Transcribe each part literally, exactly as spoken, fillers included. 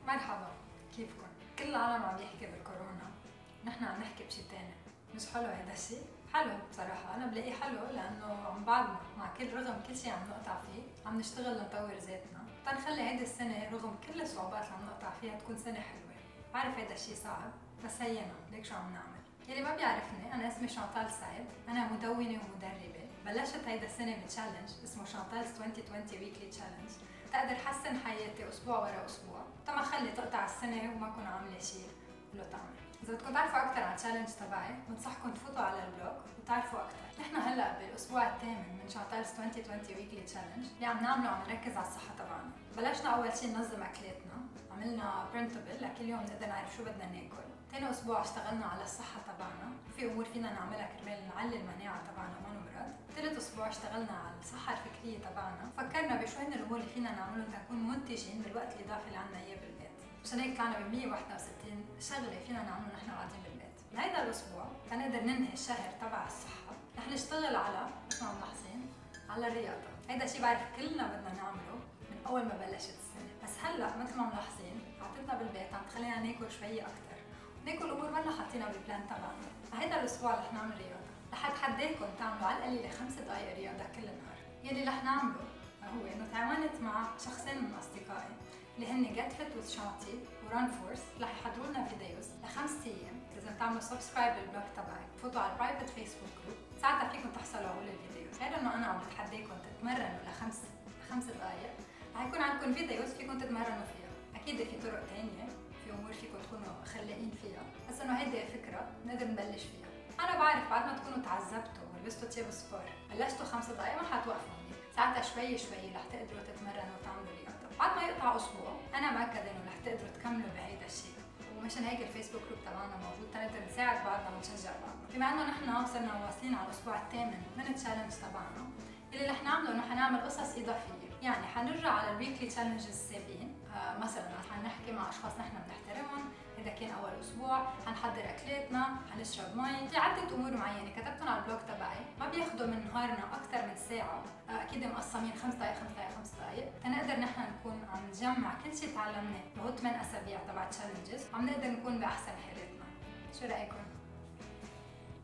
مرحبا، كيفكن؟ كل العالم عم يحكي بالكورونا، نحن عم نحكي بشي تاني. مش حلو هيدا الشي؟ حلو بصراحة، أنا بلاقي حلو لأنه عم بعدنا مع كل رغم كل شي عم نقطع فيه، عم نشتغل لنطور ذاتنا، تنخلي هيدي السنة رغم كل الصعوبات اللي عم نقطع فيها تكون سنة حلوة. بعرف هيدا الشي صعب، بس هينا ليك شو عم نعمل. يلي ما بيعرفني أنا اسمي شانتال سعيد، أنا مدونة ومدربة، بلشت هيدا السنة بتشالنج اسمه شانتالز ألفين وعشرين ويكلي تشالنج، تقدر حسن حياتي أسبوع ورا أسبوع، تما خلي تقطع السنة وما كون عاملة شي له طعمة. إذا بدكم تعرفوا أكثر عن التشالنج تبعي بنصحكم تفوتوا على البلوج وتعرفوا أكثر. نحن هلا بالأسبوع الثامن من شانتالز ألفين وعشرين ويكلي تشالنج اللي عم نعمله عم نركز على الصحة تبعنا. بلشنا أول شي ننظم أكلاتنا، عملنا برنتبل لكل يوم نقدر نعرف شو بدنا ناكل. ثاني أسبوع اشتغلنا على الصحة تبعنا، وفي أمور فينا نعملها كرمال نعلي المناعة تبعنا وما نمرض. ثالث أسبوع اشتغلنا على الصحة الفكرية تبعنا، فكرنا بشو هن الأمور اللي فينا نعملهم تكون منتجين بالوقت الإضافي اللي عنا إياه بالبيت. مشان هيك طلعنا ب مية وواحد وستين شغلة فينا نعملهم نحن قاعدين بالبيت. بهيدا الأسبوع تنقدر ننهي الشهر تبع الصحة، رح نشتغل على مثل ما ملاحظين على الرياضة. هيدا شي بعرف كلنا بدنا نعمله من أول ما بلشت السنة، بس هلا مثل ما ملاحظين قعدتنا بالبيت عم تخلينا ناكل شوي أكثر، ناكل أمور ما حاطينها بالبلان تبعنا. فهيدا الأسبوع رح نعمل رياضة، رح اتحداكم تعملوا على القليلة خمس دقايق رياضة كل النهار. يلي رح نعمله هو إنه تعاونت مع شخصين من أصدقائي اللي هن جيت فيت وذ شانتي وران فورس، رح يحضروا لنا فيديوز لخمس أيام. لازم تعملوا سبسكرايب للبلوج تبعي، تفوتوا على البرايفت فيسبوك جروب، ساعتها فيكم تحصلوا على كل الفيديوز. غير إنه أنا عم بتحداكم تتمرنوا لخمس خمس دقايق، رح يكون عندكم فيديوز فيكم تتمرنوا فيها. أكيد في طرق تانية، في أمور فيكم تكونوا خلاقين فيها، بس إنه هيدي فكرة نقدر نبلش فيها. أنا بعرف بعد ما تكونوا تعذبتوا ولبستوا تياب سبور بلشتوا خمس دقايق ما حتوقفوا هونيك، ساعتها شوي شوي رح تقدروا تتمرنوا وتعملوا رياضة. بعد ما يقطع أسبوع أنا مأكدة إنه رح تقدروا تكملوا بهيدا الشيء، ومشان هيك الفيسبوك جروب تبعنا موجود تنقدر نساعد بعضنا ونشجع بعضنا. بما إنه نحن صرنا واصلين على الأسبوع الثامن من التشالنج تبعنا، اللي رح نعمله إنه حنعمل قصص إضافية، يعني حنرجع على الويكلي تشالنجز السابقين. آه مثلا حنحكي مع أشخاص نحن بنحترمهم، إذا كان أول أسبوع حنحضر أكلاتنا، حنشرب مي، في عدة أمور معينة كتبتهم على البلوج تبعي ما بياخدوا من نهارنا أكثر من ساعة. آه أكيد مقسمين خمس دقايق خمس دقايق خمس دقايق، تنقدر نحن نكون عم نجمع كل شيء تعلمناه بهو ثمان أسابيع تبع تشالنجز، عم نقدر نكون بأحسن حالاتنا. شو رأيكم؟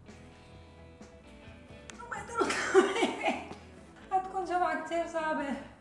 هتكون جمعة كتير صعبة.